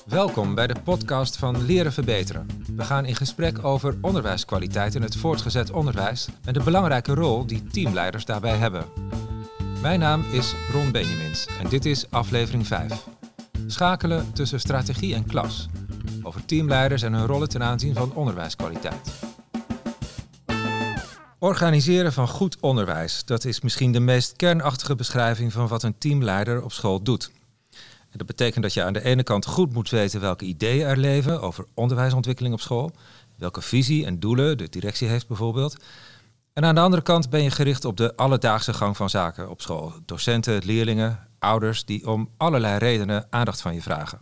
Welkom bij de podcast van Leren Verbeteren. We gaan in gesprek over onderwijskwaliteit in het voortgezet onderwijs en de belangrijke rol die teamleiders daarbij hebben. Mijn naam is Ron Benjamins en dit is aflevering 5. Schakelen tussen strategie en klas. Over teamleiders en hun rollen ten aanzien van onderwijskwaliteit. Organiseren van goed onderwijs, dat is misschien de meest kernachtige beschrijving van wat een teamleider op school doet. En dat betekent dat je aan de ene kant goed moet weten welke ideeën er leven over onderwijsontwikkeling op school, welke visie en doelen de directie heeft bijvoorbeeld. En aan de andere kant ben je gericht op de alledaagse gang van zaken op school. Docenten, leerlingen, ouders die om allerlei redenen aandacht van je vragen.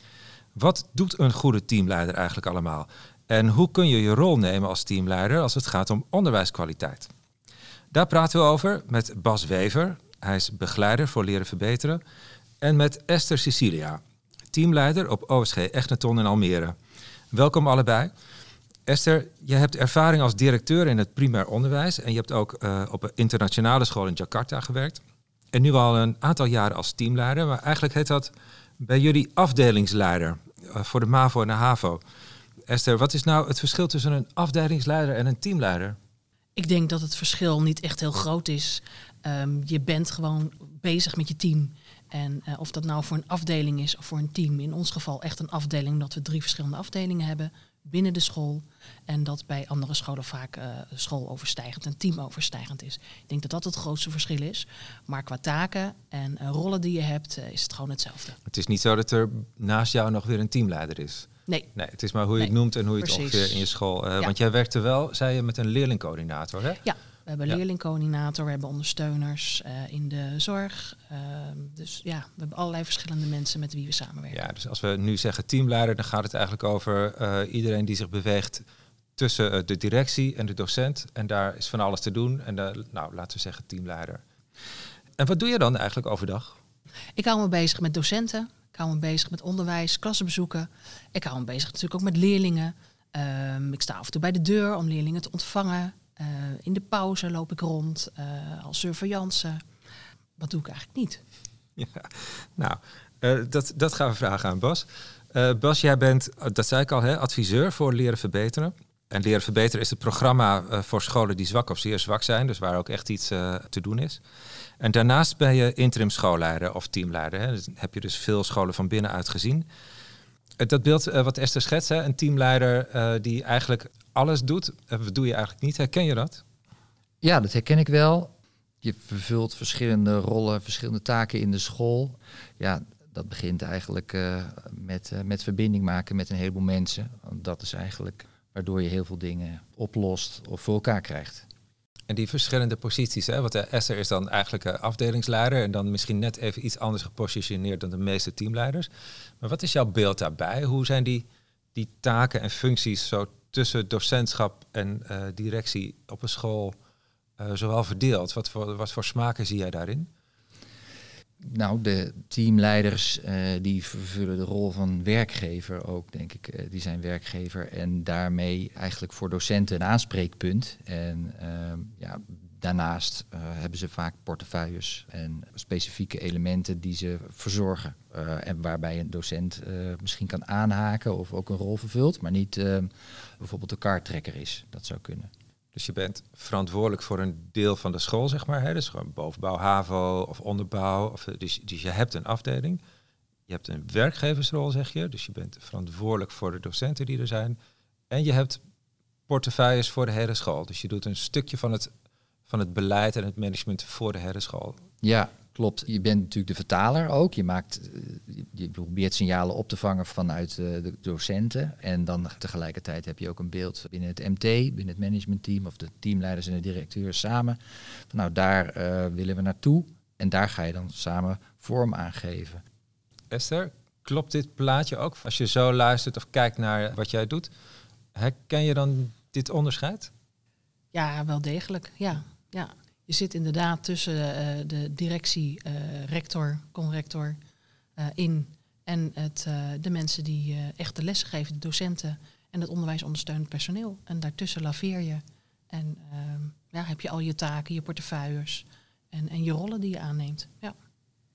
Wat doet een goede teamleider eigenlijk allemaal? En hoe kun je je rol nemen als teamleider als het gaat om onderwijskwaliteit? Daar praten we over met Bas Wever. Hij is begeleider voor Leren Verbeteren. En met Esther Cecilia, teamleider op OSG Echnaton in Almere. Welkom allebei. Esther, je hebt ervaring als directeur in het primair onderwijs en je hebt ook op een internationale school in Jakarta gewerkt. En nu al een aantal jaren als teamleider, maar eigenlijk heet dat bij jullie afdelingsleider voor de MAVO en de HAVO. Esther, wat is nou het verschil tussen een afdelingsleider en een teamleider? Ik denk dat het verschil niet echt heel groot is. Je bent gewoon bezig met je team. En of dat nou voor een afdeling is of voor een team. In ons geval echt een afdeling, omdat we 3 verschillende afdelingen hebben binnen de school. En dat bij andere scholen vaak schooloverstijgend en teamoverstijgend is. Ik denk dat dat het grootste verschil is. Maar qua taken en rollen die je hebt, is het gewoon hetzelfde. Het is niet zo dat er naast jou nog weer een teamleider is. Nee, het is maar hoe je het noemt en hoe je het precies. ongeveer in je school... Ja. Want jij werkte wel, zei je, met een leerlingcoördinator, hè? Ja, we hebben een leerlingcoördinator, we hebben ondersteuners in de zorg. Dus ja, we hebben allerlei verschillende mensen met wie we samenwerken. Ja, dus als we nu zeggen teamleider, dan gaat het eigenlijk over iedereen die zich beweegt tussen de directie en de docent. En daar is van alles te doen. En laten we zeggen teamleider. En wat doe je dan eigenlijk overdag? Ik hou me bezig met docenten. Ik hou me bezig met onderwijs, klassenbezoeken. Ik hou me bezig natuurlijk ook met leerlingen. Ik sta af en toe bij de deur om leerlingen te ontvangen. In de pauze loop ik rond als surveillance. Wat doe ik eigenlijk niet? Ja, dat gaan we vragen aan Bas. Bas, jij bent, dat zei ik al, adviseur voor Leren Verbeteren. En Leren Verbeteren is het programma voor scholen die zwak of zeer zwak zijn. Dus waar ook echt iets te doen is. En daarnaast ben je interim schoolleider of teamleider. Hè. Dus heb je dus veel scholen van binnenuit gezien. Dat beeld wat Esther schetst, een teamleider die eigenlijk alles doet. Wat doe je eigenlijk niet? Herken je dat? Ja, dat herken ik wel. Je vervult verschillende rollen, verschillende taken in de school. Ja, dat begint eigenlijk met verbinding maken met een heleboel mensen. Dat is eigenlijk waardoor je heel veel dingen oplost of voor elkaar krijgt. En die verschillende posities, want Esther is dan eigenlijk afdelingsleider en dan misschien net even iets anders gepositioneerd dan de meeste teamleiders. Maar wat is jouw beeld daarbij? Hoe zijn die taken en functies zo tussen docentschap en directie op een school zowel verdeeld? Wat voor smaken zie jij daarin? Nou, de teamleiders die vervullen de rol van werkgever ook, denk ik. Die zijn werkgever en daarmee eigenlijk voor docenten een aanspreekpunt. En daarnaast hebben ze vaak portefeuilles en specifieke elementen die ze verzorgen. En waarbij een docent misschien kan aanhaken of ook een rol vervult, maar niet bijvoorbeeld de kaarttrekker is. Dat zou kunnen. Dus je bent verantwoordelijk voor een deel van de school, zeg maar. Hè? Dus gewoon bovenbouw, HAVO of onderbouw. Dus je hebt een afdeling. Je hebt een werkgeversrol, zeg je. Dus je bent verantwoordelijk voor de docenten die er zijn. En je hebt portefeuilles voor de hele school. Dus je doet een stukje van het beleid en het management voor de hele school. Ja, klopt. Je bent natuurlijk de vertaler ook. Je probeert signalen op te vangen vanuit de docenten. En dan tegelijkertijd heb je ook een beeld binnen het MT, binnen het managementteam of de teamleiders en de directeurs samen. Nou, daar willen we naartoe. En daar ga je dan samen vorm aan geven. Esther, klopt dit plaatje ook? Als je zo luistert of kijkt naar wat jij doet, herken je dan dit onderscheid? Ja, wel degelijk. Ja. Je zit inderdaad tussen de directie, rector, conrector in en de mensen die echt de lessen geven, de docenten en het onderwijsondersteunend personeel. En daartussen laveer je en heb je al je taken, je portefeuilles en je rollen die je aanneemt. Ja.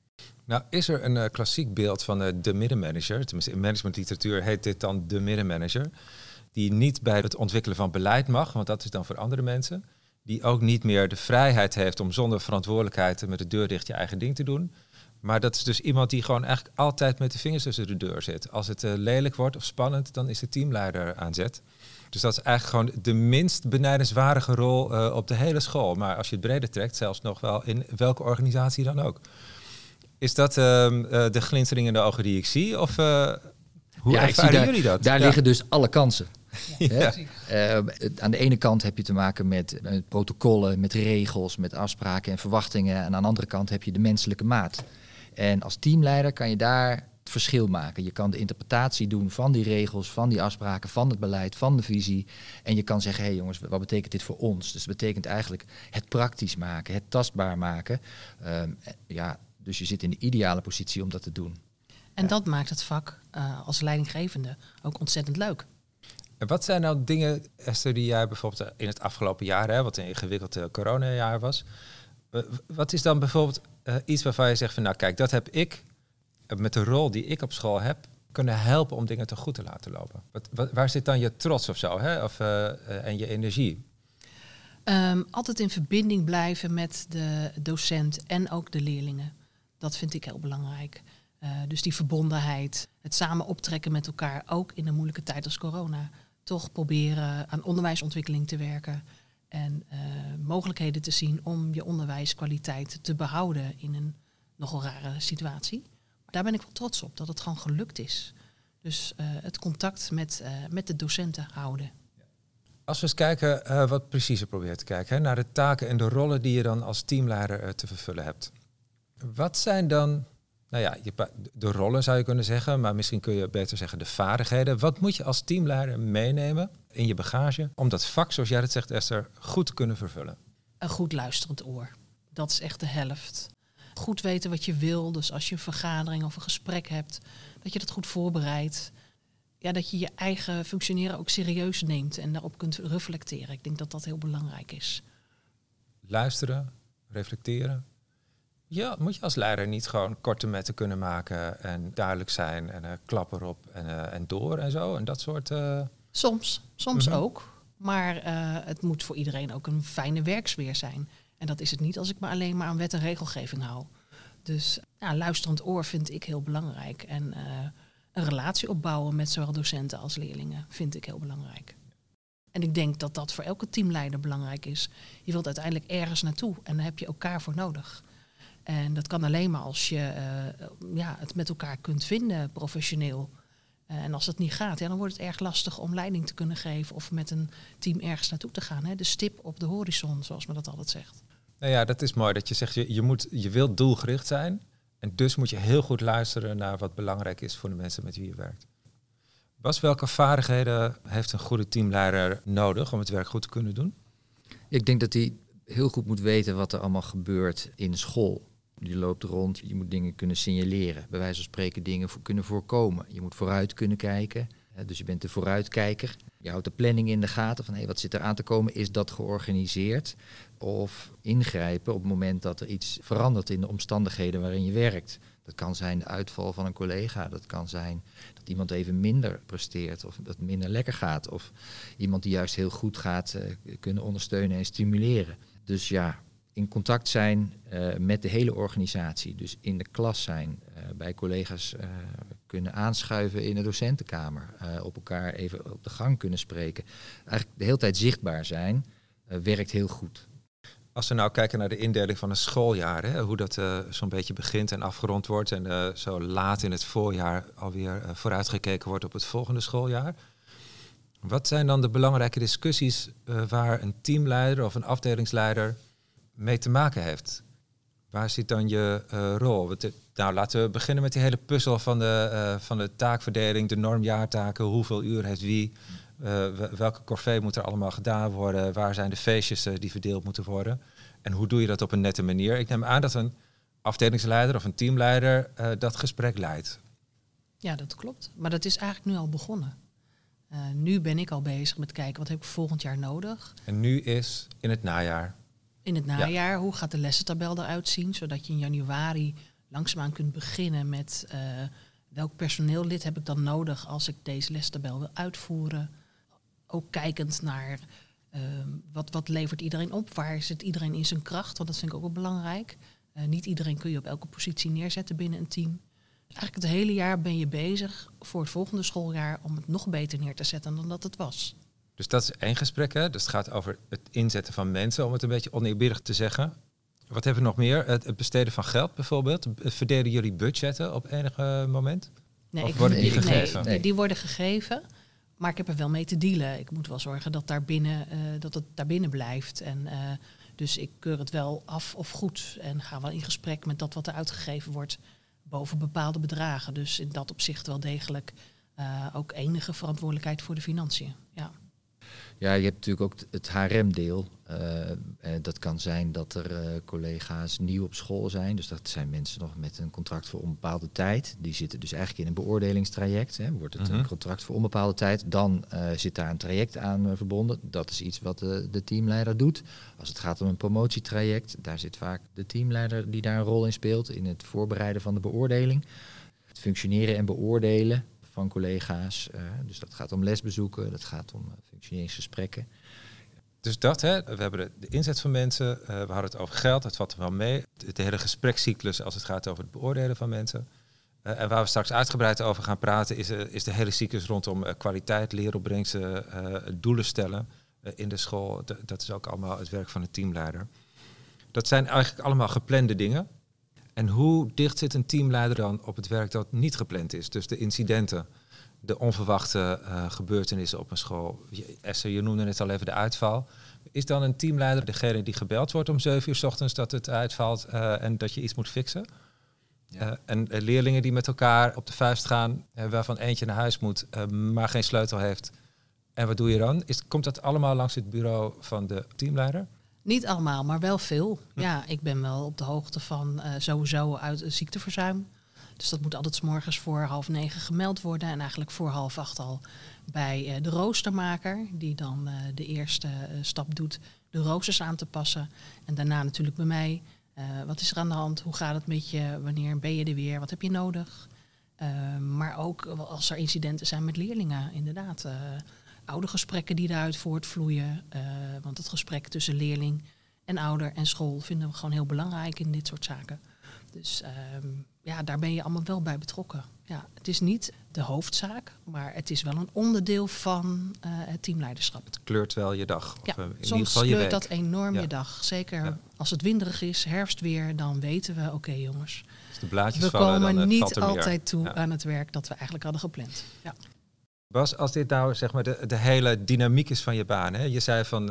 Nou, is er een klassiek beeld van de middenmanager, tenminste in managementliteratuur heet dit dan de middenmanager, die niet bij het ontwikkelen van beleid mag, want dat is dan voor andere mensen, die ook niet meer de vrijheid heeft om zonder verantwoordelijkheid met de deur dicht je eigen ding te doen. Maar dat is dus iemand die gewoon eigenlijk altijd met de vingers tussen de deur zit. Als het lelijk wordt of spannend, dan is de teamleider aan zet. Dus dat is eigenlijk gewoon de minst benijdenswaardige rol op de hele school. Maar als je het breder trekt, zelfs nog wel in welke organisatie dan ook. Is dat de glinstering in de ogen die ik zie? Of hoe ervaren jullie dat? Daar liggen dus alle kansen. Ja. Aan de ene kant heb je te maken met protocollen, met regels, met afspraken en verwachtingen. En aan de andere kant heb je de menselijke maat. En als teamleider kan je daar het verschil maken. Je kan de interpretatie doen van die regels, van die afspraken, van het beleid, van de visie. En je kan zeggen, hé jongens, wat betekent dit voor ons? Dus dat betekent eigenlijk het praktisch maken, het tastbaar maken. Dus je zit in de ideale positie om dat te doen. En dat maakt het vak als leidinggevende ook ontzettend leuk. En wat zijn nou dingen, Esther, die jij bijvoorbeeld in het afgelopen jaar, wat een ingewikkeld coronajaar was. Wat is dan bijvoorbeeld iets waarvan je zegt van nou kijk, dat heb ik met de rol die ik op school heb kunnen helpen om dingen te goed te laten lopen. Waar zit dan je trots of zo, en je energie? Altijd in verbinding blijven met de docent en ook de leerlingen. Dat vind ik heel belangrijk. Dus die verbondenheid, het samen optrekken met elkaar, ook in een moeilijke tijd als corona. Toch proberen aan onderwijsontwikkeling te werken en mogelijkheden te zien om je onderwijskwaliteit te behouden in een nogal rare situatie. Maar daar ben ik wel trots op, dat het gewoon gelukt is. Dus het contact met de docenten houden. Als we eens kijken, wat preciezer proberen te kijken, naar de taken en de rollen die je dan als teamleider te vervullen hebt. Wat zijn dan, de rollen zou je kunnen zeggen, maar misschien kun je beter zeggen de vaardigheden. Wat moet je als teamleider meenemen in je bagage om dat vak, zoals jij het zegt Esther, goed te kunnen vervullen? Een goed luisterend oor. Dat is echt de helft. Goed weten wat je wil, dus als je een vergadering of een gesprek hebt, dat je dat goed voorbereidt. Ja, dat je je eigen functioneren ook serieus neemt en daarop kunt reflecteren. Ik denk dat dat heel belangrijk is. Luisteren, reflecteren. Ja, moet je als leider niet gewoon korte metten kunnen maken en duidelijk zijn en klap erop en door en zo en dat soort... Soms ook, maar het moet voor iedereen ook een fijne werksfeer zijn. En dat is het niet als ik me alleen maar aan wet en regelgeving hou. Dus luisterend oor vind ik heel belangrijk. En een relatie opbouwen met zowel docenten als leerlingen vind ik heel belangrijk. En ik denk dat dat voor elke teamleider belangrijk is. Je wilt uiteindelijk ergens naartoe en daar heb je elkaar voor nodig. En dat kan alleen maar als je het met elkaar kunt vinden, professioneel. En als dat niet gaat, dan wordt het erg lastig om leiding te kunnen geven of met een team ergens naartoe te gaan. Hè? De stip op de horizon, zoals men dat altijd zegt. Nou ja, dat is mooi dat je zegt, je wilt doelgericht zijn. En dus moet je heel goed luisteren naar wat belangrijk is voor de mensen met wie je werkt. Bas, welke vaardigheden heeft een goede teamleider nodig om het werk goed te kunnen doen? Ik denk dat hij heel goed moet weten wat er allemaal gebeurt in school. Je loopt rond, je moet dingen kunnen signaleren. Bij wijze van spreken dingen kunnen voorkomen. Je moet vooruit kunnen kijken. Dus je bent de vooruitkijker. Je houdt de planning in de gaten van wat zit er aan te komen. Is dat georganiseerd? Of ingrijpen op het moment dat er iets verandert in de omstandigheden waarin je werkt. Dat kan zijn de uitval van een collega. Dat kan zijn dat iemand even minder presteert of dat het minder lekker gaat. Of iemand die juist heel goed gaat kunnen ondersteunen en stimuleren. Dus in contact zijn met de hele organisatie. Dus in de klas zijn, bij collega's kunnen aanschuiven in de docentenkamer. Op elkaar even op de gang kunnen spreken. Eigenlijk de hele tijd zichtbaar zijn, werkt heel goed. Als we nou kijken naar de indeling van een schooljaar, hoe dat zo'n beetje begint en afgerond wordt en zo laat in het voorjaar alweer vooruitgekeken wordt op het volgende schooljaar. Wat zijn dan de belangrijke discussies waar een teamleider of een afdelingsleider mee te maken heeft? Waar zit dan je rol? Nou, laten we beginnen met die hele puzzel van de taakverdeling, de normjaartaken, hoeveel uur heeft wie, welke corvée moet er allemaal gedaan worden, waar zijn de feestjes die verdeeld moeten worden en hoe doe je dat op een nette manier? Ik neem aan dat een afdelingsleider of een teamleider dat gesprek leidt. Ja, dat klopt. Maar dat is eigenlijk nu al begonnen. Nu ben ik al bezig met kijken, wat heb ik volgend jaar nodig? En nu is in het najaar. In het najaar, hoe gaat de lessentabel eruit zien? Zodat je in januari langzaamaan kunt beginnen met welk personeellid heb ik dan nodig als ik deze lestabel wil uitvoeren. Ook kijkend naar wat levert iedereen op, waar zit iedereen in zijn kracht, want dat vind ik ook wel belangrijk. Niet iedereen kun je op elke positie neerzetten binnen een team. Eigenlijk het hele jaar ben je bezig voor het volgende schooljaar om het nog beter neer te zetten dan dat het was. Dus dat is één gesprek, hè? Dus het gaat over het inzetten van mensen, om het een beetje oneerbiedig te zeggen. Wat hebben we nog meer? Het besteden van geld bijvoorbeeld. Verdelen jullie budgetten op enig moment? Nee, Of worden die gegeven? Nee, die worden gegeven. Maar ik heb er wel mee te dealen. Ik moet wel zorgen dat dat het daarbinnen blijft. En dus ik keur het wel af of goed. En ga wel in gesprek met dat wat er uitgegeven wordt boven bepaalde bedragen. Dus in dat opzicht wel degelijk ook enige verantwoordelijkheid voor de financiën. Ja. Ja, je hebt natuurlijk ook het HRM-deel. Dat kan zijn dat er collega's nieuw op school zijn. Dus dat zijn mensen nog met een contract voor onbepaalde tijd. Die zitten dus eigenlijk in een beoordelingstraject. Hè. Wordt het een contract voor onbepaalde tijd, dan zit daar een traject aan verbonden. Dat is iets wat de teamleider doet. Als het gaat om een promotietraject, daar zit vaak de teamleider die daar een rol in speelt. In het voorbereiden van de beoordeling. Het functioneren en beoordelen van collega's. Dus dat gaat om lesbezoeken, dat gaat om functioneringsgesprekken. Dus dat, hè, we hebben de inzet van mensen, we hadden het over geld, dat valt er wel mee. De hele gesprekscyclus als het gaat over het beoordelen van mensen. En waar we straks uitgebreid over gaan praten is de hele cyclus rondom kwaliteit, leeropbrengsten, doelen stellen in de school. Dat is ook allemaal het werk van de teamleider. Dat zijn eigenlijk allemaal geplande dingen. En hoe dicht zit een teamleider dan op het werk dat niet gepland is? Dus de incidenten, de onverwachte gebeurtenissen op een school. Esther, je noemde net al even de uitval. Is dan een teamleider degene die gebeld wordt om 7 uur 's ochtends dat het uitvalt en dat je iets moet fixen? Ja. En leerlingen die met elkaar op de vuist gaan, waarvan eentje naar huis moet, maar geen sleutel heeft. En wat doe je dan? Komt dat allemaal langs het bureau van de teamleider? Niet allemaal, maar wel veel. Ja, ik ben wel op de hoogte van sowieso uit ziekteverzuim. Dus dat moet altijd 's morgens voor 8:30 gemeld worden. En eigenlijk voor 7:30 al bij de roostermaker. Die dan de eerste stap doet de roosters aan te passen. En daarna natuurlijk bij mij. Wat is er aan de hand? Hoe gaat het met je? Wanneer ben je er weer? Wat heb je nodig? Maar ook als er incidenten zijn met leerlingen, inderdaad. Oude gesprekken die daaruit voortvloeien. Want het gesprek tussen leerling en ouder en school vinden we gewoon heel belangrijk in dit soort zaken. Dus daar ben je allemaal wel bij betrokken. Ja, het is niet de hoofdzaak, maar het is wel een onderdeel van het teamleiderschap. Het kleurt wel je dag. Ja, of in ieder soms geval je kleurt week. dat enorm je dag. Zeker als het winderig is, herfstweer, dan weten we, oké jongens, Als de blaadjes we vallen, komen dan niet valt er meer. altijd toe Ja. aan het werk dat we eigenlijk hadden gepland. Ja. Bas, als dit nou zeg maar de hele dynamiek is van je baan. Hè? Je zei van,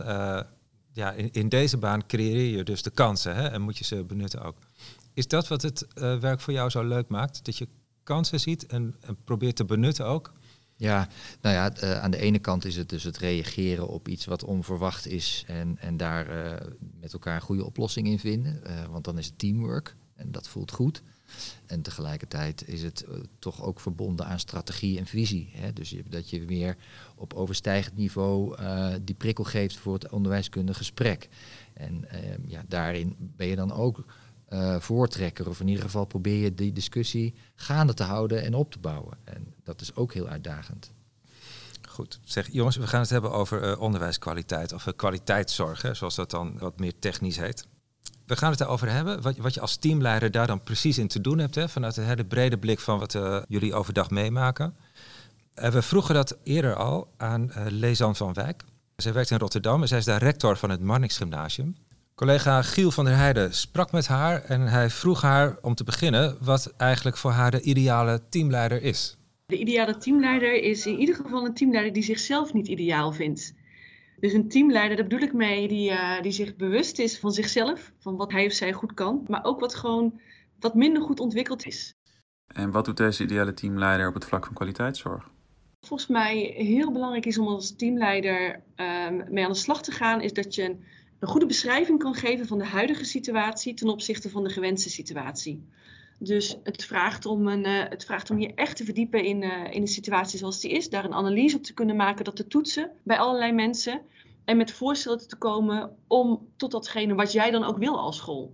in deze baan creëer je dus de kansen, hè? En moet je ze benutten ook. Is dat wat het werk voor jou zo leuk maakt? Dat je kansen ziet en probeert te benutten ook? Ja, nou ja, aan de ene kant is het dus het reageren op iets wat onverwacht is en daar met elkaar een goede oplossing in vinden. Want dan is het teamwork en dat voelt goed. En tegelijkertijd is het toch ook verbonden aan strategie en visie. Hè? Dus dat je weer op overstijgend niveau die prikkel geeft voor het onderwijskundig gesprek. En daarin ben je dan ook voortrekker. Of in ieder geval probeer je die discussie gaande te houden en op te bouwen. En dat is ook heel uitdagend. Goed. Zeg, jongens, we gaan het hebben over onderwijskwaliteit of kwaliteitszorg, hè, zoals dat dan wat meer technisch heet. We gaan het daarover hebben, wat je als teamleider daar dan precies in te doen hebt, hè, vanuit een hele brede blik van wat jullie overdag meemaken. We vroegen dat eerder al aan Lezan van Wijk. Zij werkt in Rotterdam en zij is daar rector van het Marnix Gymnasium. Collega Giel van der Heijden sprak met haar en hij vroeg haar om te beginnen wat eigenlijk voor haar de ideale teamleider is. De ideale teamleider is in ieder geval een teamleider die zichzelf niet ideaal vindt. Dus een teamleider, daar bedoel ik mee, die zich bewust is van zichzelf, van wat hij of zij goed kan, maar ook wat minder goed ontwikkeld is. En wat doet deze ideale teamleider op het vlak van kwaliteitszorg? Volgens mij heel belangrijk is om als teamleider mee aan de slag te gaan, is dat je een goede beschrijving kan geven van de huidige situatie ten opzichte van de gewenste situatie. Dus het vraagt om je echt te verdiepen in de situatie zoals die is. Daar een analyse op te kunnen maken, dat te toetsen bij allerlei mensen. En met voorstellen te komen om tot datgene wat jij dan ook wil als school.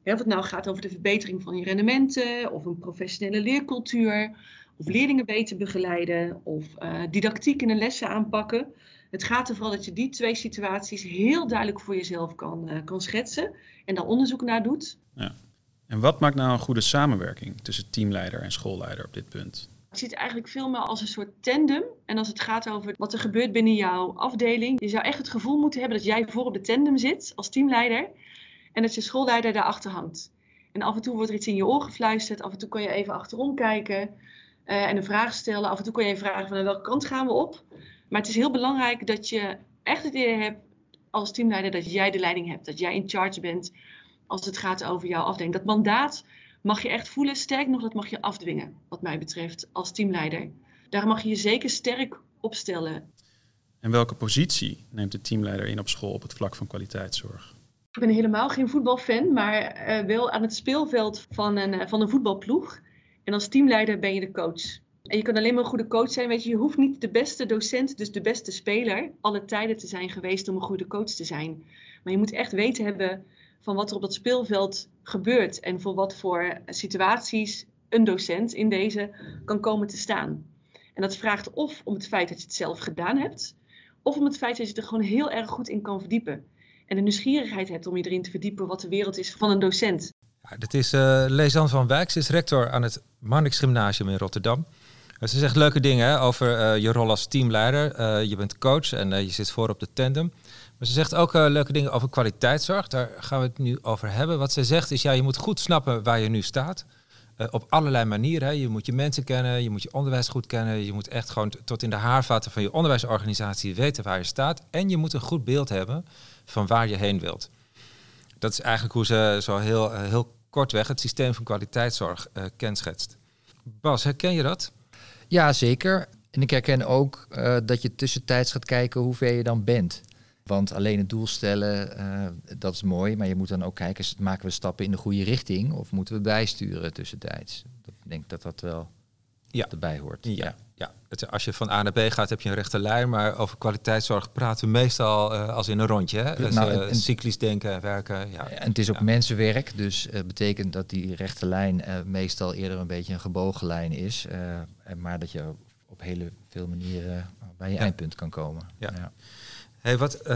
Of het nou gaat over de verbetering van je rendementen, of een professionele leercultuur, of leerlingen beter begeleiden, of didactiek in de lessen aanpakken. Het gaat er vooral dat je die 2 situaties heel duidelijk voor jezelf kan schetsen en daar onderzoek naar doet. Ja. En wat maakt nou een goede samenwerking tussen teamleider en schoolleider op dit punt? Ik zie het eigenlijk veel meer als een soort tandem. En als het gaat over wat er gebeurt binnen jouw afdeling. Je zou echt het gevoel moeten hebben dat jij voor op de tandem zit als teamleider. En dat je schoolleider daarachter hangt. En af en toe wordt er iets in je oor gefluisterd. Af en toe kan je even achterom kijken. En een vraag stellen. Af en toe kan je vragen van aan welke kant gaan we op. Maar het is heel belangrijk dat je echt het idee hebt als teamleider dat jij de leiding hebt. Dat jij in charge bent als het gaat over jouw afdeling. Dat mandaat mag je echt voelen. Sterk nog, dat mag je afdwingen, wat mij betreft, als teamleider. Daar mag je je zeker sterk opstellen. En welke positie neemt de teamleider in op school op het vlak van kwaliteitszorg? Ik ben helemaal geen voetbalfan, maar wel aan het speelveld van een voetbalploeg. En als teamleider ben je de coach. En je kan alleen maar een goede coach zijn. Weet je hoeft niet de beste docent, dus de beste speler, alle tijden te zijn geweest om een goede coach te zijn. Maar je moet echt weten hebben van wat er op dat speelveld gebeurt. En voor wat voor situaties een docent in deze kan komen te staan. En dat vraagt of om het feit dat je het zelf gedaan hebt, of om het feit dat je er gewoon heel erg goed in kan verdiepen. En de nieuwsgierigheid hebt om je erin te verdiepen wat de wereld is van een docent. Ja, dit is Leesan van Wijk. Ze is rector aan het Marnix Gymnasium in Rotterdam. Ze zegt leuke dingen over je rol als teamleider. Je bent coach en je zit voor op de tandem. Maar ze zegt ook leuke dingen over kwaliteitszorg. Daar gaan we het nu over hebben. Wat ze zegt is, je moet goed snappen waar je nu staat. Op allerlei manieren. Hè. Je moet je mensen kennen, je moet je onderwijs goed kennen. Je moet echt gewoon tot in de haarvaten van je onderwijsorganisatie weten waar je staat. En je moet een goed beeld hebben van waar je heen wilt. Dat is eigenlijk hoe ze zo heel kortweg het systeem van kwaliteitszorg kenschetst. Bas, herken je dat? Ja, zeker. En ik herken ook dat je tussentijds gaat kijken hoe ver je dan bent. Want alleen het doel stellen, dat is mooi. Maar je moet dan ook kijken, maken we stappen in de goede richting? Of moeten we bijsturen tussentijds? Ik denk dat dat wel erbij hoort. Ja. Als je van A naar B gaat, heb je een rechte lijn. Maar over kwaliteitszorg praten we meestal als in een rondje. Hè? Dus, cyclisch denken en werken. Ja. En het is ook mensenwerk. Dus betekent dat die rechte lijn meestal eerder een beetje een gebogen lijn is. Maar dat je op hele veel manieren bij je eindpunt kan komen. Ja. Hey,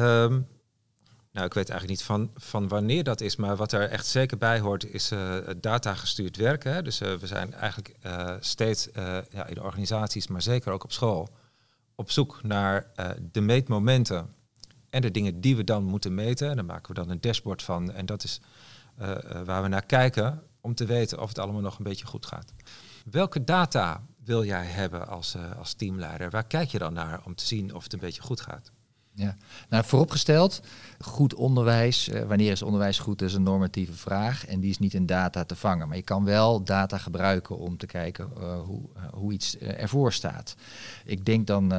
ik weet eigenlijk niet van wanneer dat is, maar wat er echt zeker bij hoort is datagestuurd werken. Hè? Dus we zijn eigenlijk steeds in de organisaties, maar zeker ook op school, op zoek naar de meetmomenten en de dingen die we dan moeten meten. En daar maken we dan een dashboard van en dat is waar we naar kijken om te weten of het allemaal nog een beetje goed gaat. Welke data wil jij hebben als teamleider? Waar kijk je dan naar om te zien of het een beetje goed gaat? Ja, nou vooropgesteld, goed onderwijs, wanneer is onderwijs goed, dat is een normatieve vraag en die is niet in data te vangen. Maar je kan wel data gebruiken om te kijken hoe iets ervoor staat. Ik denk dan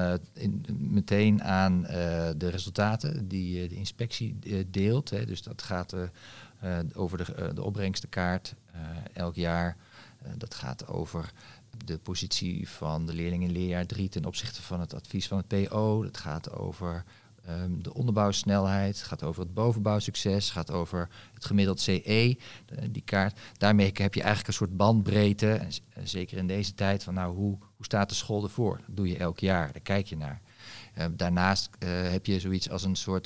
meteen aan de resultaten die de inspectie deelt. Hè. Dus dat gaat over de opbrengstenkaart elk jaar. Dat gaat over de positie van de leerling in leerjaar 3 ten opzichte van het advies van het PO. Dat gaat over de onderbouwsnelheid, het gaat over het bovenbouwsucces, het gaat over het gemiddeld CE, die kaart. Daarmee heb je eigenlijk een soort bandbreedte, en zeker in deze tijd, van hoe staat de school ervoor? Dat doe je elk jaar, daar kijk je naar. Daarnaast heb je zoiets als een soort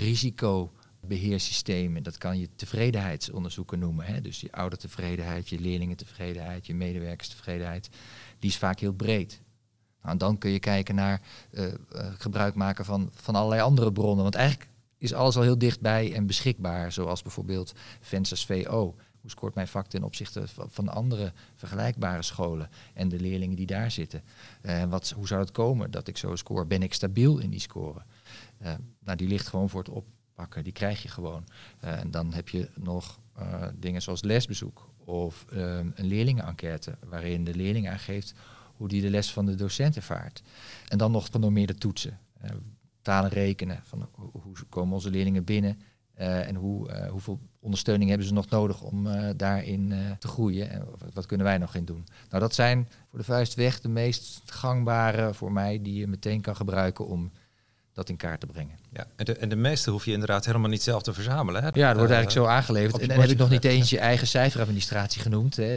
risicobeheersysteem. En dat kan je tevredenheidsonderzoeken noemen. Hè? Dus je oudertevredenheid, je leerlingentevredenheid, je medewerkerstevredenheid, die is vaak heel breed. Nou, dan kun je kijken naar gebruik maken van allerlei andere bronnen. Want eigenlijk is alles al heel dichtbij en beschikbaar. Zoals bijvoorbeeld Vensters VO. Hoe scoort mijn vak ten opzichte van andere vergelijkbare scholen en de leerlingen die daar zitten? Hoe zou het komen dat ik zo score? Ben ik stabiel in die score? Die ligt gewoon voor het oppakken. Die krijg je gewoon. En dan heb je nog dingen zoals lesbezoek of een leerlingenenquête waarin de leerling aangeeft hoe die de les van de docent ervaart. En dan nog genormeerde toetsen. Talen rekenen. Van hoe komen onze leerlingen binnen? En hoeveel ondersteuning hebben ze nog nodig om daarin te groeien? En wat kunnen wij nog in doen? Nou, dat zijn voor de vuist weg de meest gangbare voor mij die je meteen kan gebruiken om dat in kaart te brengen. Ja, en de meeste hoef je inderdaad helemaal niet zelf te verzamelen. Hè? Ja, dat wordt eigenlijk zo aangeleverd. op En je dan heb ik nog niet bordje eens je eigen cijferadministratie genoemd. Hè.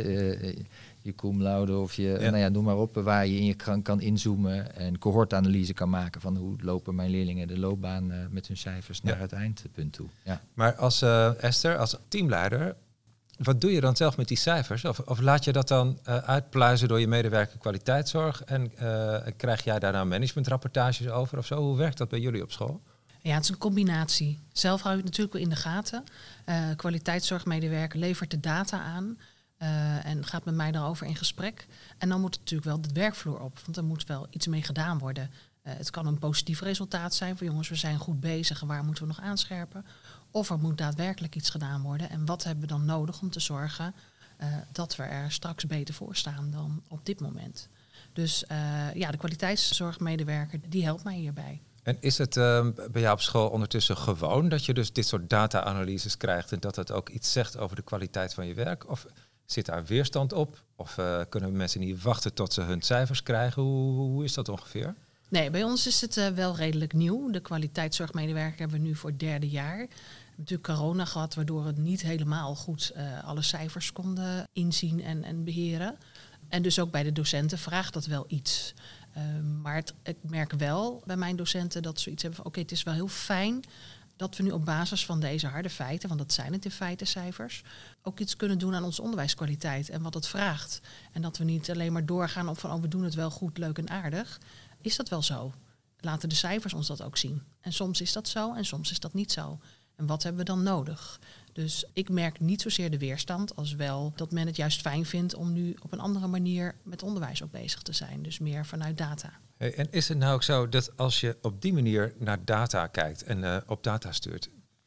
Je cum laude of je, noem maar op, waar je in je kan inzoomen en cohortanalyse kan maken van hoe lopen mijn leerlingen de loopbaan met hun cijfers naar het eindpunt toe. Ja. Maar als Esther, als teamleider, wat doe je dan zelf met die cijfers? Of laat je dat dan uitpluizen door je medewerker kwaliteitszorg en krijg jij daar nou managementrapportages over of zo? Hoe werkt dat bij jullie op school? Ja, het is een combinatie. Zelf hou je het natuurlijk wel in de gaten. Kwaliteitszorgmedewerker levert de data aan en gaat met mij daarover in gesprek. En dan moet natuurlijk wel de werkvloer op, want er moet wel iets mee gedaan worden. Het kan een positief resultaat zijn van jongens, we zijn goed bezig en waar moeten we nog aanscherpen? Of er moet daadwerkelijk iets gedaan worden. En wat hebben we dan nodig om te zorgen dat we er straks beter voor staan dan op dit moment. Dus de kwaliteitszorgmedewerker die helpt mij hierbij. En is het bij jou op school ondertussen gewoon dat je dus dit soort data-analyses krijgt en dat het ook iets zegt over de kwaliteit van je werk? Of zit daar weerstand op? Of kunnen mensen niet wachten tot ze hun cijfers krijgen? Hoe is dat ongeveer? Nee, bij ons is het wel redelijk nieuw. De kwaliteitszorgmedewerker hebben we nu voor het 3e jaar. We hebben natuurlijk corona gehad, waardoor het niet helemaal goed alle cijfers konden inzien en beheren. En dus ook bij de docenten vraagt dat wel iets. Maar ik merk wel bij mijn docenten dat ze iets hebben van oké, het is wel heel fijn dat we nu op basis van deze harde feiten, want dat zijn het in feite cijfers, ook iets kunnen doen aan onze onderwijskwaliteit en wat het vraagt. En dat we niet alleen maar doorgaan op van we doen het wel goed, leuk en aardig. Is dat wel zo? Laten de cijfers ons dat ook zien. En soms is dat zo en soms is dat niet zo. En wat hebben we dan nodig? Dus ik merk niet zozeer de weerstand als wel dat men het juist fijn vindt om nu op een andere manier met onderwijs ook bezig te zijn. Dus meer vanuit data. Hey, en is het nou ook zo dat als je op die manier naar data kijkt en op data stuurt,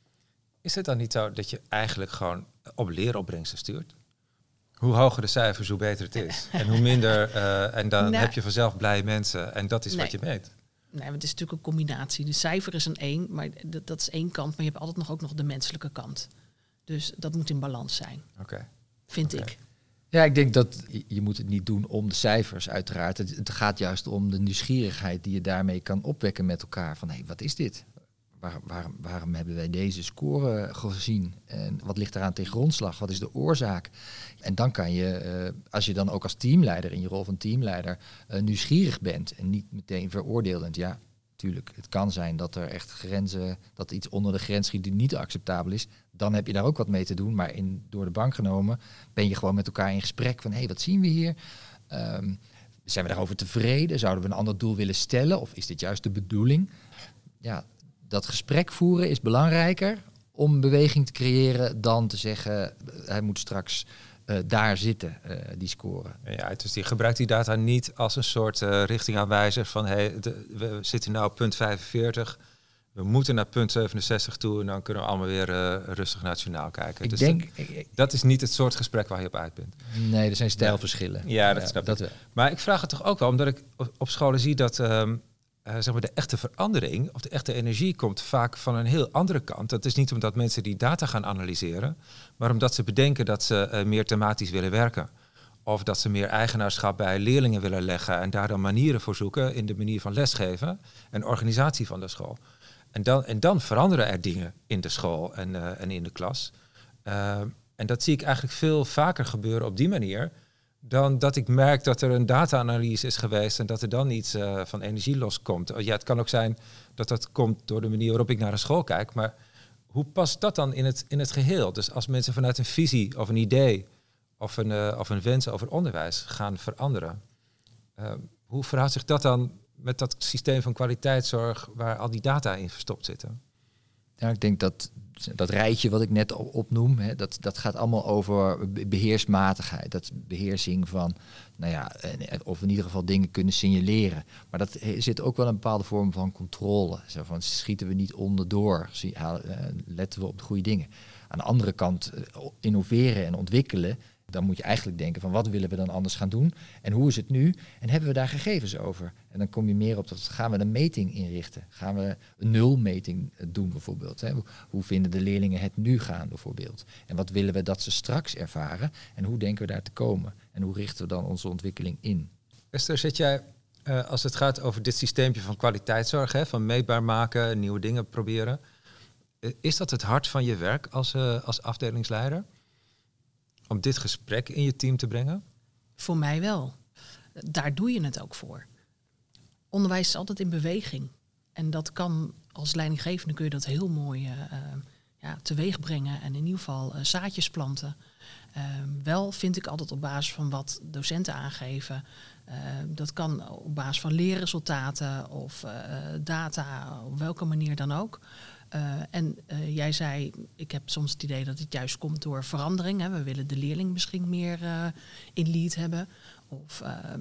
is het dan niet zo dat je eigenlijk gewoon op leeropbrengsten stuurt? Hoe hoger de cijfers, hoe beter het is. En hoe minder, en dan heb je vanzelf blije mensen. En dat is wat je meet. Nee, want het is natuurlijk een combinatie. De cijfer is een 1, maar dat is één kant. Maar je hebt altijd ook nog de menselijke kant. Dus dat moet in balans zijn. Vind ik. Ja, ik denk dat je moet het niet doen om de cijfers, uiteraard. Het gaat juist om de nieuwsgierigheid die je daarmee kan opwekken met elkaar. Van, wat is dit? Waarom hebben wij deze score gezien? En wat ligt eraan ten grondslag? Wat is de oorzaak? En dan kan je, als je dan ook als teamleider, in je rol van teamleider, nieuwsgierig bent en niet meteen veroordelend. Ja, tuurlijk, het kan zijn dat er echt grenzen, dat iets onder de grens schiet die niet acceptabel is. Dan heb je daar ook wat mee te doen. Maar door de bank genomen ben je gewoon met elkaar in gesprek van, wat zien we hier? Zijn we daarover tevreden? Zouden we een ander doel willen stellen? Of is dit juist de bedoeling? Ja, dat gesprek voeren is belangrijker om beweging te creëren dan te zeggen, hij moet straks daar zitten, die score. Ja, dus die gebruikt die data niet als een soort richtingaanwijzer van we zitten nu op punt 45, we moeten naar punt 67 toe en dan kunnen we allemaal weer rustig nationaal kijken. Dat is niet het soort gesprek waar je op uit bent. Nee, er zijn stijlverschillen. Ja, dat snap ik. Wel. Maar ik vraag het toch ook wel, omdat ik op scholen zie dat de echte verandering of de echte energie komt vaak van een heel andere kant. Dat is niet omdat mensen die data gaan analyseren, maar omdat ze bedenken dat ze meer thematisch willen werken. Of dat ze meer eigenaarschap bij leerlingen willen leggen en daar dan manieren voor zoeken in de manier van lesgeven en organisatie van de school. En dan veranderen er dingen in de school en in de klas. En dat zie ik eigenlijk veel vaker gebeuren op die manier dan dat ik merk dat er een data-analyse is geweest en dat er dan iets van energie loskomt. Ja, het kan ook zijn dat dat komt door de manier waarop ik naar een school kijk, maar hoe past dat dan in het geheel? Dus als mensen vanuit een visie of een idee of een wens over onderwijs gaan veranderen, hoe verhoudt zich dat dan met dat systeem van kwaliteitszorg waar al die data in verstopt zitten? Ja, ik denk dat rijtje wat ik net opnoem, dat gaat allemaal over beheersmatigheid. Dat beheersing van, of in ieder geval dingen kunnen signaleren. Maar dat zit ook wel een bepaalde vorm van controle. Zo van, schieten we niet onderdoor? Letten we op de goede dingen? Aan de andere kant, innoveren en ontwikkelen, dan moet je eigenlijk denken van wat willen we dan anders gaan doen? En hoe is het nu? En hebben we daar gegevens over? En dan kom je meer op dat gaan we een meting inrichten? Gaan we een nulmeting doen bijvoorbeeld? Hoe vinden de leerlingen het nu gaan bijvoorbeeld? En wat willen we dat ze straks ervaren? En hoe denken we daar te komen? En hoe richten we dan onze ontwikkeling in? Esther, zit jij Als het gaat over dit systeempje van kwaliteitszorg, hè, van meetbaar maken, nieuwe dingen proberen. Is dat het hart van je werk als afdelingsleider? Om dit gesprek in je team te brengen? Voor mij wel. Daar doe je het ook voor. Onderwijs is altijd in beweging. En dat kan als leidinggevende kun je dat heel mooi teweeg brengen en in ieder geval zaadjes planten. Wel vind ik altijd op basis van wat docenten aangeven. Dat kan op basis van leerresultaten of data, op welke manier dan ook. Jij zei, ik heb soms het idee dat het juist komt door verandering. Hè. We willen de leerling misschien meer in lead hebben. Of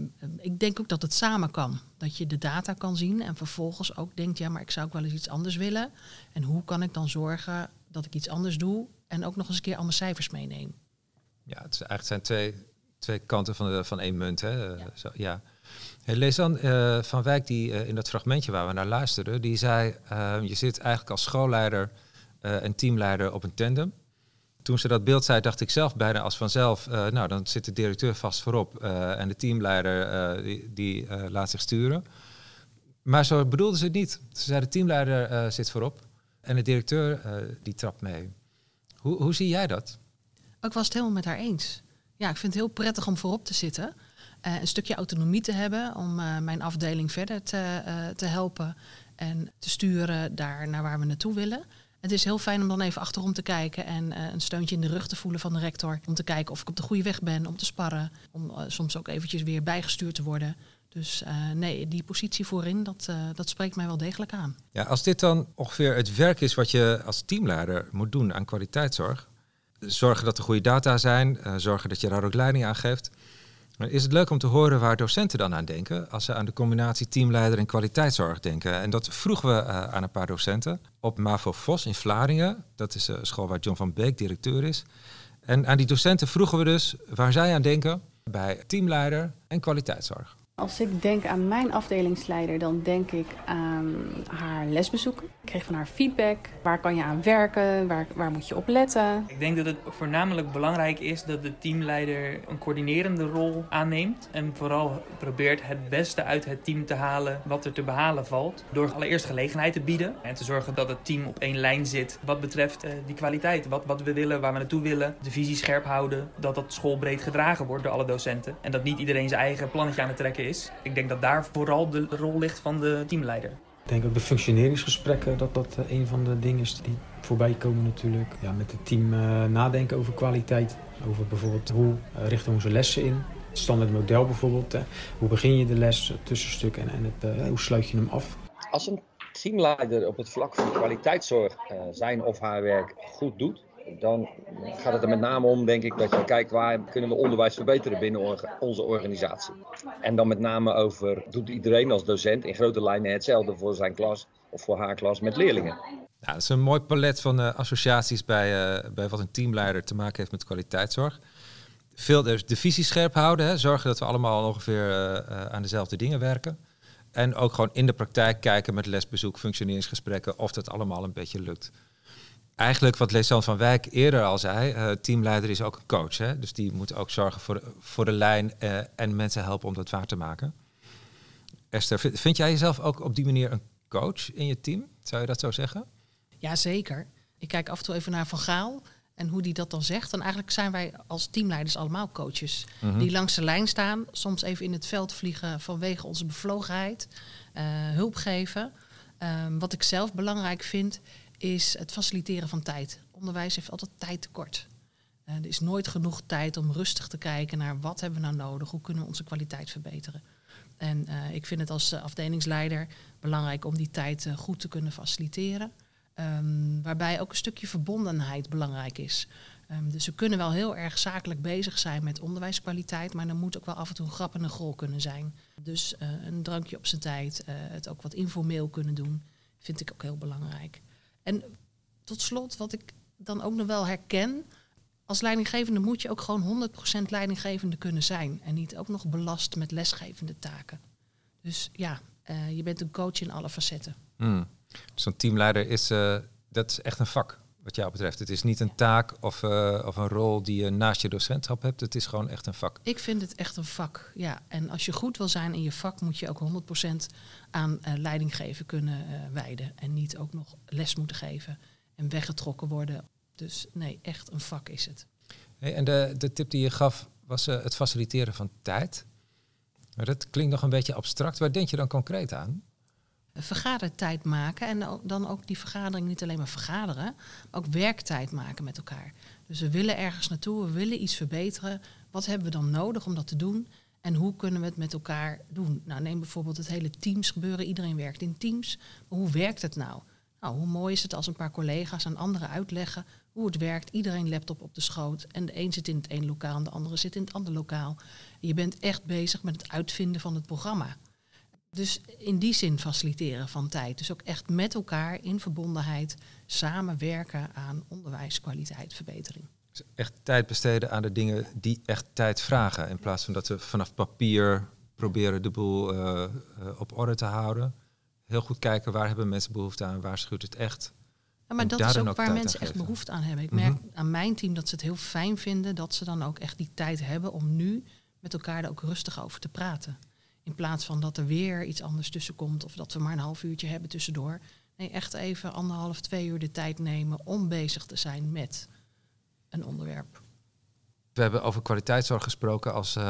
ik denk ook dat het samen kan. Dat je de data kan zien en vervolgens ook denkt, ja, maar ik zou ook wel eens iets anders willen. En hoe kan ik dan zorgen dat ik iets anders doe en ook nog eens een keer al mijn cijfers meeneem? Ja, het zijn twee kanten van één munt. Hè? Ja. Hey, Lezan van Wijk, die in dat fragmentje waar we naar luisterden, die zei, je zit eigenlijk als schoolleider en teamleider op een tandem. Toen ze dat beeld zei, dacht ik zelf bijna als vanzelf, dan zit de directeur vast voorop en de teamleider die laat zich sturen. Maar zo bedoelden ze het niet. Ze zei, de teamleider zit voorop en de directeur die trapt mee. Hoe zie jij dat? Ik was het helemaal met haar eens. Ja, ik vind het heel prettig om voorop te zitten. Een stukje autonomie te hebben om mijn afdeling verder te helpen en te sturen daar naar waar we naartoe willen. Het is heel fijn om dan even achterom te kijken en een steuntje in de rug te voelen van de rector. Om te kijken of ik op de goede weg ben, om te sparren. Om soms ook eventjes weer bijgestuurd te worden. Dus die positie voorin, dat spreekt mij wel degelijk aan. Ja, als dit dan ongeveer het werk is wat je als teamleider moet doen aan kwaliteitszorg. Zorgen dat er goede data zijn, zorgen dat je daar ook leiding aan geeft. Is het leuk om te horen waar docenten dan aan denken als ze aan de combinatie teamleider en kwaliteitszorg denken? En dat vroegen we aan een paar docenten op MAVO Vos in Vlaardingen. Dat is een school waar John van Beek directeur is. En aan die docenten vroegen we dus waar zij aan denken bij teamleider en kwaliteitszorg. Als ik denk aan mijn afdelingsleider, dan denk ik aan haar lesbezoeken. Ik kreeg van haar feedback. Waar kan je aan werken? Waar moet je op letten? Ik denk dat het voornamelijk belangrijk is dat de teamleider een coördinerende rol aanneemt. En vooral probeert het beste uit het team te halen wat er te behalen valt. Door allereerst gelegenheid te bieden. En te zorgen dat het team op één lijn zit wat betreft die kwaliteit. Wat we willen, waar we naartoe willen. De visie scherp houden. Dat schoolbreed gedragen wordt door alle docenten. En dat niet iedereen zijn eigen plannetje aan het trekken is. Ik denk dat daar vooral de rol ligt van de teamleider. Ik denk ook de functioneringsgesprekken, dat een van de dingen is die voorbij komen natuurlijk. Ja, met het team nadenken over kwaliteit. Over bijvoorbeeld hoe richten we onze lessen in. Het standaard model bijvoorbeeld. Hoe begin je de les, het tussenstuk en hoe sluit je hem af. Als een teamleider op het vlak van kwaliteitszorg zijn of haar werk goed doet, dan gaat het er met name om, denk ik, dat je kijkt waar kunnen we onderwijs verbeteren binnen onze organisatie. En dan met name over, doet iedereen als docent in grote lijnen hetzelfde voor zijn klas of voor haar klas met leerlingen. Ja, dat is een mooi palet van associaties bij wat een teamleider te maken heeft met kwaliteitszorg. Veel de visie scherp houden, hè, zorgen dat we allemaal ongeveer aan dezelfde dingen werken. En ook gewoon in de praktijk kijken met lesbezoek, functioneringsgesprekken, of dat allemaal een beetje lukt. Eigenlijk wat Lezan van Wijk eerder al zei, teamleider is ook een coach. Hè? Dus die moet ook zorgen voor de lijn en mensen helpen om dat waar te maken. Esther, vind jij jezelf ook op die manier een coach in je team? Zou je dat zo zeggen? Ja, zeker. Ik kijk af en toe even naar Van Gaal en hoe die dat dan zegt. En eigenlijk zijn wij als teamleiders allemaal coaches. Mm-hmm. Die langs de lijn staan, soms even in het veld vliegen vanwege onze bevlogenheid, hulp geven. Wat ik zelf belangrijk vind, is het faciliteren van tijd. Onderwijs heeft altijd tijd tekort. Er is nooit genoeg tijd om rustig te kijken naar wat hebben we nou nodig, hoe kunnen we onze kwaliteit verbeteren. En ik vind het als afdelingsleider belangrijk om die tijd goed te kunnen faciliteren. Waarbij ook een stukje verbondenheid belangrijk is. Dus we kunnen wel heel erg zakelijk bezig zijn met onderwijskwaliteit, maar er moet ook wel af en toe een grap en een grol kunnen zijn. Dus een drankje op zijn tijd, het ook wat informeel kunnen doen, vind ik ook heel belangrijk. En tot slot, wat ik dan ook nog wel herken, als leidinggevende moet je ook gewoon 100% leidinggevende kunnen zijn. En niet ook nog belast met lesgevende taken. Dus ja, je bent een coach in alle facetten. Zo'n teamleider dat is echt een vak. Wat jou betreft. Het is niet een taak of een rol die je naast je docentschap hebt. Het is gewoon echt een vak. Ik vind het echt een vak, ja. En als je goed wil zijn in je vak, moet je ook 100% aan leidinggeven kunnen wijden. En niet ook nog les moeten geven en weggetrokken worden. Dus nee, echt een vak is het. Hey, en de tip die je gaf was het faciliteren van tijd. Maar dat klinkt nog een beetje abstract. Waar denk je dan concreet aan? Vergadertijd maken en dan ook die vergadering niet alleen maar vergaderen, maar ook werktijd maken met elkaar. Dus we willen ergens naartoe, we willen iets verbeteren. Wat hebben we dan nodig om dat te doen? En hoe kunnen we het met elkaar doen? Nou, neem bijvoorbeeld het hele Teams gebeuren. Iedereen werkt in Teams. Maar hoe werkt het nou? Nou, hoe mooi is het als een paar collega's aan anderen uitleggen hoe het werkt. Iedereen laptop op de schoot. En de een zit in het ene lokaal en de andere zit in het andere lokaal. En je bent echt bezig met het uitvinden van het programma. Dus in die zin faciliteren van tijd. Dus ook echt met elkaar in verbondenheid samenwerken aan onderwijskwaliteitverbetering. Dus echt tijd besteden aan de dingen die echt tijd vragen. In plaats van dat we vanaf papier proberen de boel op orde te houden. Heel goed kijken waar hebben mensen behoefte aan, waar schuurt het echt. Ja, maar dat is ook waar mensen echt behoefte aan hebben. Ik merk aan mijn team dat ze het heel fijn vinden dat ze dan ook echt die tijd hebben om nu met elkaar er ook rustig over te praten. In plaats van dat er weer iets anders tussen komt of dat we maar een half uurtje hebben tussendoor. Nee, echt even 1,5, 2 uur de tijd nemen om bezig te zijn met een onderwerp. We hebben over kwaliteitszorg gesproken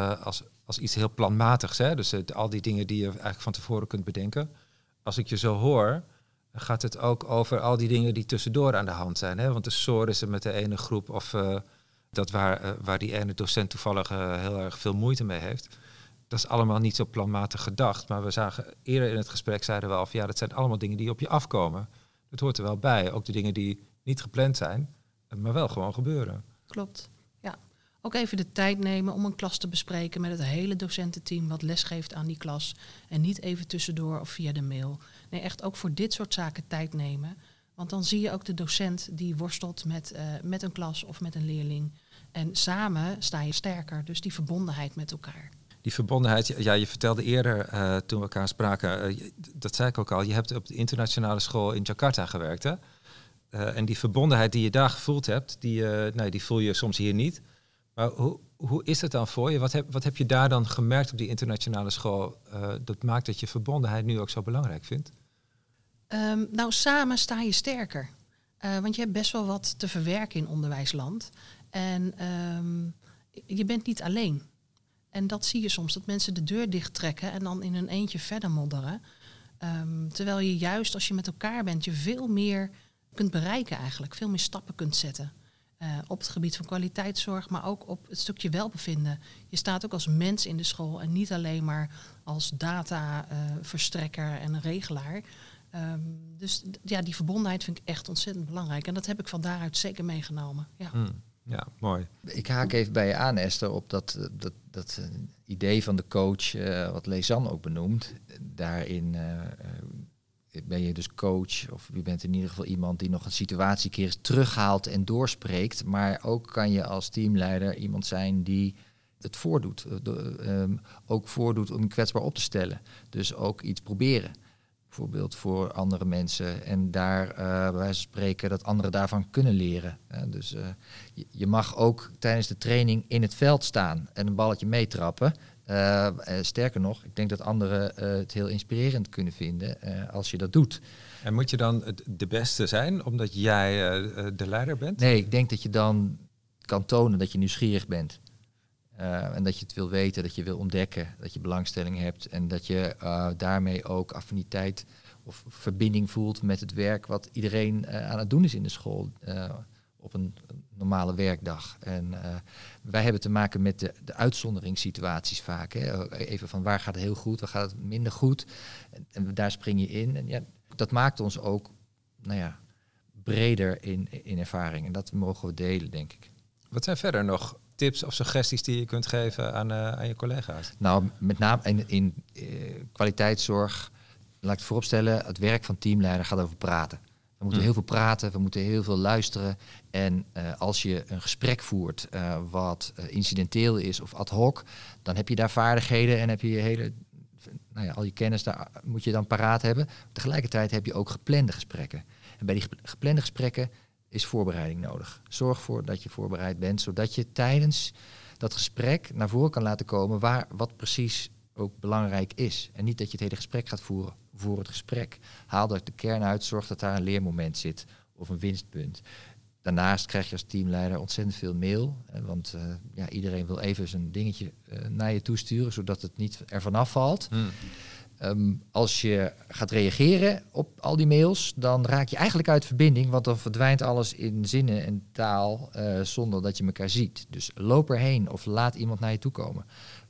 als iets heel planmatigs. Hè? Dus al die dingen die je eigenlijk van tevoren kunt bedenken. Als ik je zo hoor, gaat het ook over al die dingen die tussendoor aan de hand zijn. Hè? Want de SOR is er met de ene groep of dat waar die ene docent toevallig heel erg veel moeite mee heeft. Dat is allemaal niet zo planmatig gedacht. Maar we zagen eerder in het gesprek, zeiden we al van ja, dat zijn allemaal dingen die op je afkomen. Dat hoort er wel bij. Ook de dingen die niet gepland zijn, maar wel gewoon gebeuren. Klopt, ja. Ook even de tijd nemen om een klas te bespreken met het hele docententeam wat lesgeeft aan die klas. En niet even tussendoor of via de mail. Nee, echt ook voor dit soort zaken tijd nemen. Want dan zie je ook de docent die worstelt met een klas of met een leerling. En samen sta je sterker. Dus die verbondenheid met elkaar. Die verbondenheid, ja, je vertelde eerder toen we elkaar spraken, dat zei ik ook al, je hebt op de internationale school in Jakarta gewerkt, hè? En die verbondenheid die je daar gevoeld hebt, die voel je soms hier niet. Maar hoe is het dan voor je? Wat heb je daar dan gemerkt op die internationale school dat maakt dat je verbondenheid nu ook zo belangrijk vindt? Nou, samen sta je sterker. Want je hebt best wel wat te verwerken in onderwijsland. En je bent niet alleen. En dat zie je soms, dat mensen de deur dicht trekken en dan in hun eentje verder modderen. Terwijl je juist als je met elkaar bent, je veel meer kunt bereiken eigenlijk. Veel meer stappen kunt zetten. Op het gebied van kwaliteitszorg, maar ook op het stukje welbevinden. Je staat ook als mens in de school en niet alleen maar als dataverstrekker en regelaar. Dus ja, die verbondenheid vind ik echt ontzettend belangrijk. En dat heb ik van daaruit zeker meegenomen. Ja. Ja, mooi. Ik haak even bij je aan, Esther, op dat idee van de coach, wat Lezan ook benoemt. Daarin ben je dus coach, of je bent in ieder geval iemand die nog een situatie keer eens terughaalt en doorspreekt. Maar ook kan je als teamleider iemand zijn die het voordoet. Ook voordoet om je kwetsbaar op te stellen. Dus ook iets proberen. Bijvoorbeeld voor andere mensen. En daar bij wijze van spreken dat anderen daarvan kunnen leren. Dus je mag ook tijdens de training in het veld staan en een balletje meetrappen. Sterker nog, ik denk dat anderen het heel inspirerend kunnen vinden als je dat doet. En moet je dan de beste zijn omdat jij de leider bent? Nee, ik denk dat je dan kan tonen dat je nieuwsgierig bent. En dat je het wil weten, dat je wil ontdekken, dat je belangstelling hebt. En dat je daarmee ook affiniteit of verbinding voelt met het werk wat iedereen aan het doen is in de school op een normale werkdag. En wij hebben te maken met de uitzonderingssituaties vaak. Hè. Even van waar gaat het heel goed, waar gaat het minder goed. En daar spring je in. En ja, dat maakt ons ook breder in ervaring. En dat mogen we delen, denk ik. Wat zijn verder nog tips of suggesties die je kunt geven aan je collega's? Nou, met name in kwaliteitszorg, laat ik het vooropstellen, het werk van teamleider gaat over praten. We moeten heel veel praten, we moeten heel veel luisteren. En als je een gesprek voert wat incidenteel is of ad hoc, dan heb je daar vaardigheden en heb je al je kennis, daar moet je dan paraat hebben. Tegelijkertijd heb je ook geplande gesprekken. En bij die geplande gesprekken is voorbereiding nodig. Zorg ervoor dat je voorbereid bent, zodat je tijdens dat gesprek naar voren kan laten komen wat precies ook belangrijk is. En niet dat je het hele gesprek gaat voeren voor het gesprek. Haal er de kern uit, zorg dat daar een leermoment zit of een winstpunt. Daarnaast krijg je als teamleider ontzettend veel mail. Want iedereen wil even zijn dingetje naar je toesturen, zodat het niet ervan afvalt. Als je gaat reageren op al die mails, dan raak je eigenlijk uit verbinding, want dan verdwijnt alles in zinnen en taal zonder dat je elkaar ziet. Dus loop erheen of laat iemand naar je toe komen.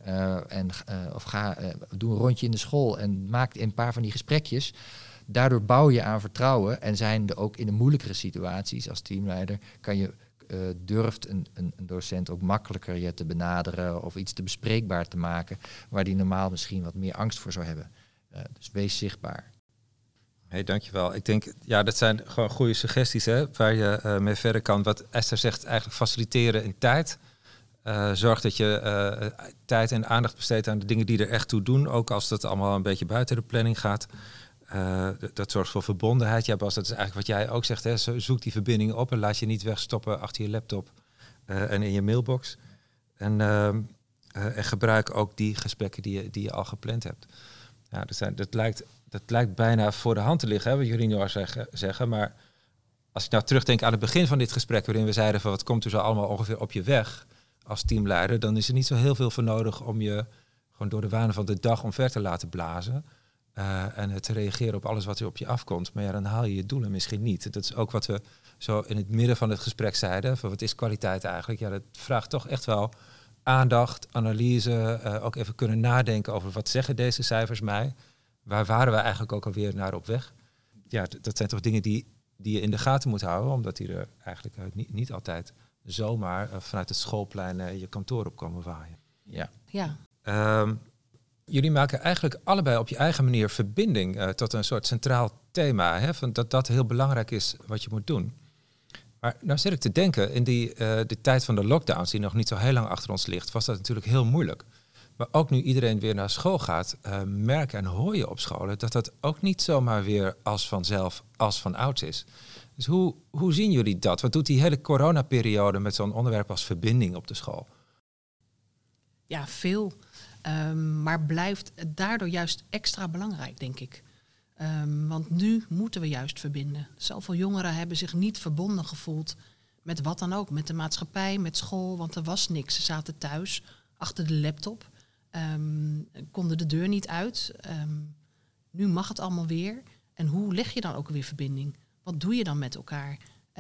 Doe een rondje in de school en maak een paar van die gesprekjes. Daardoor bouw je aan vertrouwen en zijn er ook in de moeilijkere situaties als teamleider durft een docent ook makkelijker je te benaderen of iets te bespreekbaar te maken waar die normaal misschien wat meer angst voor zou hebben. Dus wees zichtbaar. Hey, dankjewel. Ik denk, dat zijn gewoon goede suggesties waar je mee verder kan. Wat Esther zegt, eigenlijk faciliteren in tijd. Zorg dat je tijd en aandacht besteedt aan de dingen die er echt toe doen, ook als dat allemaal een beetje buiten de planning gaat. Dat zorgt voor verbondenheid. Ja, Bas, dat is eigenlijk wat jij ook zegt. Hè? Zoek die verbinding op en laat je niet wegstoppen achter je laptop en in je mailbox. En gebruik ook die gesprekken die je al gepland hebt. Ja, dat lijkt bijna voor de hand te liggen, hè, wat jullie nu al zeggen. Maar als ik nou terugdenk aan het begin van dit gesprek, waarin we zeiden van wat komt er zo allemaal ongeveer op je weg als teamleider, dan is er niet zo heel veel voor nodig om je gewoon door de waan van de dag omver te laten blazen. En te reageren op alles wat er op je afkomt. Maar dan haal je je doelen misschien niet. Dat is ook wat we zo in het midden van het gesprek zeiden. Van wat is kwaliteit eigenlijk? Ja, dat vraagt toch echt wel aandacht, analyse. Ook even kunnen nadenken over wat zeggen deze cijfers mij? Waar waren we eigenlijk ook alweer naar op weg? Ja, dat zijn toch dingen die je in de gaten moet houden. Omdat die er eigenlijk niet altijd zomaar vanuit het schoolplein je kantoor op komen waaien. Ja. Jullie maken eigenlijk allebei op je eigen manier verbinding tot een soort centraal thema. Hè, van dat heel belangrijk is wat je moet doen. Maar nou zit ik te denken, in de tijd van de lockdowns, die nog niet zo heel lang achter ons ligt, was dat natuurlijk heel moeilijk. Maar ook nu iedereen weer naar school gaat, merken en hoor je op scholen dat ook niet zomaar weer als vanzelf, als van ouds is. Dus hoe zien jullie dat? Wat doet die hele coronaperiode met zo'n onderwerp als verbinding op de school? Ja, veel. Maar blijft daardoor juist extra belangrijk, denk ik. Want nu moeten we juist verbinden. Zoveel jongeren hebben zich niet verbonden gevoeld met wat dan ook. Met de maatschappij, met school, want er was niks. Ze zaten thuis, achter de laptop, konden de deur niet uit. Nu mag het allemaal weer. En hoe leg je dan ook weer verbinding? Wat doe je dan met elkaar?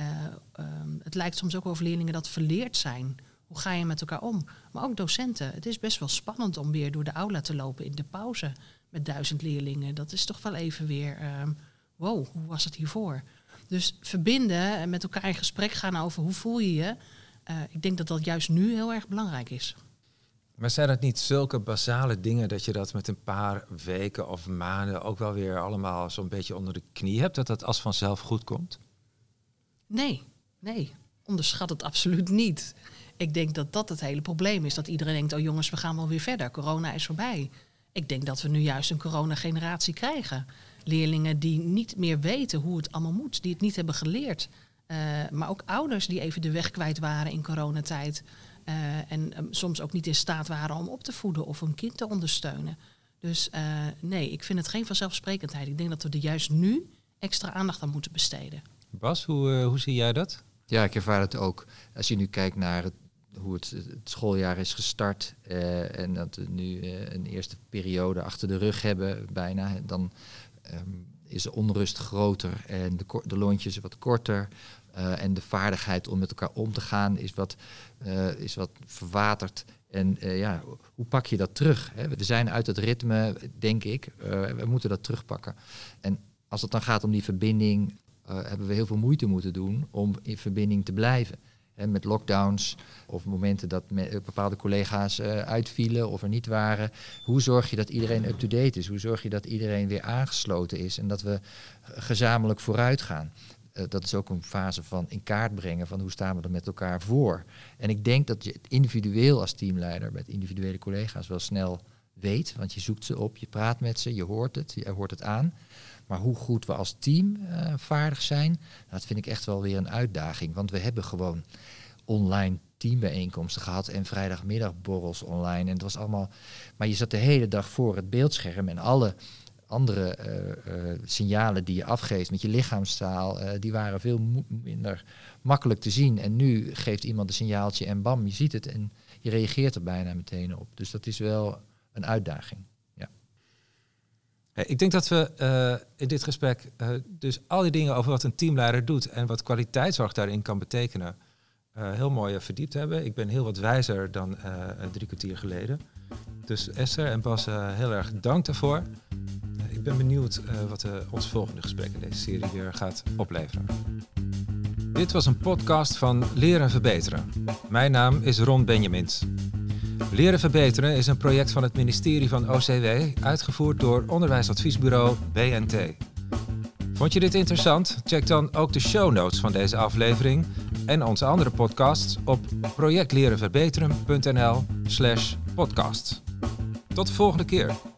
Het lijkt soms ook over leerlingen dat verleerd zijn. Hoe ga je met elkaar om? Maar ook docenten. Het is best wel spannend om weer door de aula te lopen in de pauze met 1000 leerlingen. Dat is toch wel even weer, wow, hoe was het hiervoor? Dus verbinden en met elkaar in gesprek gaan over hoe voel je je. Ik denk dat dat juist nu heel erg belangrijk is. Maar zijn het niet zulke basale dingen dat je dat met een paar weken of maanden ook wel weer allemaal zo'n beetje onder de knie hebt? Dat dat als vanzelf goed komt? Nee. Onderschat het absoluut niet. Ik denk dat dat het hele probleem is. Dat iedereen denkt, oh jongens, we gaan wel weer verder. Corona is voorbij. Ik denk dat we nu juist een coronageneratie krijgen. Leerlingen die niet meer weten hoe het allemaal moet. Die het niet hebben geleerd. Maar ook ouders die even de weg kwijt waren in coronatijd. En soms ook niet in staat waren om op te voeden of een kind te ondersteunen. Dus nee, ik vind het geen vanzelfsprekendheid. Ik denk dat we er juist nu extra aandacht aan moeten besteden. Bas, hoe zie jij dat? Ja, ik ervaar het ook. Als je nu kijkt naar hoe het schooljaar is gestart en dat we nu een eerste periode achter de rug hebben bijna, dan is de onrust groter en de lontjes wat korter. En de vaardigheid om met elkaar om te gaan is wat verwaterd. En hoe pak je dat terug? Hè? We zijn uit het ritme, denk ik. We moeten dat terugpakken. En als het dan gaat om die verbinding, hebben we heel veel moeite moeten doen om in verbinding te blijven. Hè, met lockdowns of momenten dat bepaalde collega's uitvielen of er niet waren. Hoe zorg je dat iedereen up-to-date is? Hoe zorg je dat iedereen weer aangesloten is en dat we gezamenlijk vooruit gaan? Dat is ook een fase van in kaart brengen van hoe staan we er met elkaar voor. En ik denk dat je het individueel als teamleider met individuele collega's wel snel weet, want je zoekt ze op, je praat met ze, je hoort het aan. Maar hoe goed we als team vaardig zijn, dat vind ik echt wel weer een uitdaging. Want we hebben gewoon online teambijeenkomsten gehad en vrijdagmiddagborrels online. En het was allemaal. Maar je zat de hele dag voor het beeldscherm en alle andere signalen die je afgeeft met je lichaamstaal, die waren veel minder makkelijk te zien. En nu geeft iemand een signaaltje en bam, je ziet het en je reageert er bijna meteen op. Dus dat is wel een uitdaging. Ja. Ik denk dat we in dit gesprek dus al die dingen over wat een teamleider doet en wat kwaliteitszorg daarin kan betekenen, heel mooi verdiept hebben. Ik ben heel wat wijzer dan 3 kwartier geleden. Dus Esther en Bas, heel erg dank daarvoor. Ik ben benieuwd wat ons volgende gesprek in deze serie weer gaat opleveren. Dit was een podcast van Leren Verbeteren. Mijn naam is Ron Benjamins. Leren Verbeteren is een project van het ministerie van OCW, uitgevoerd door onderwijsadviesbureau BNT. Vond je dit interessant? Check dan ook de show notes van deze aflevering en onze andere podcasts op projectlerenverbeteren.nl/podcast. Tot de volgende keer.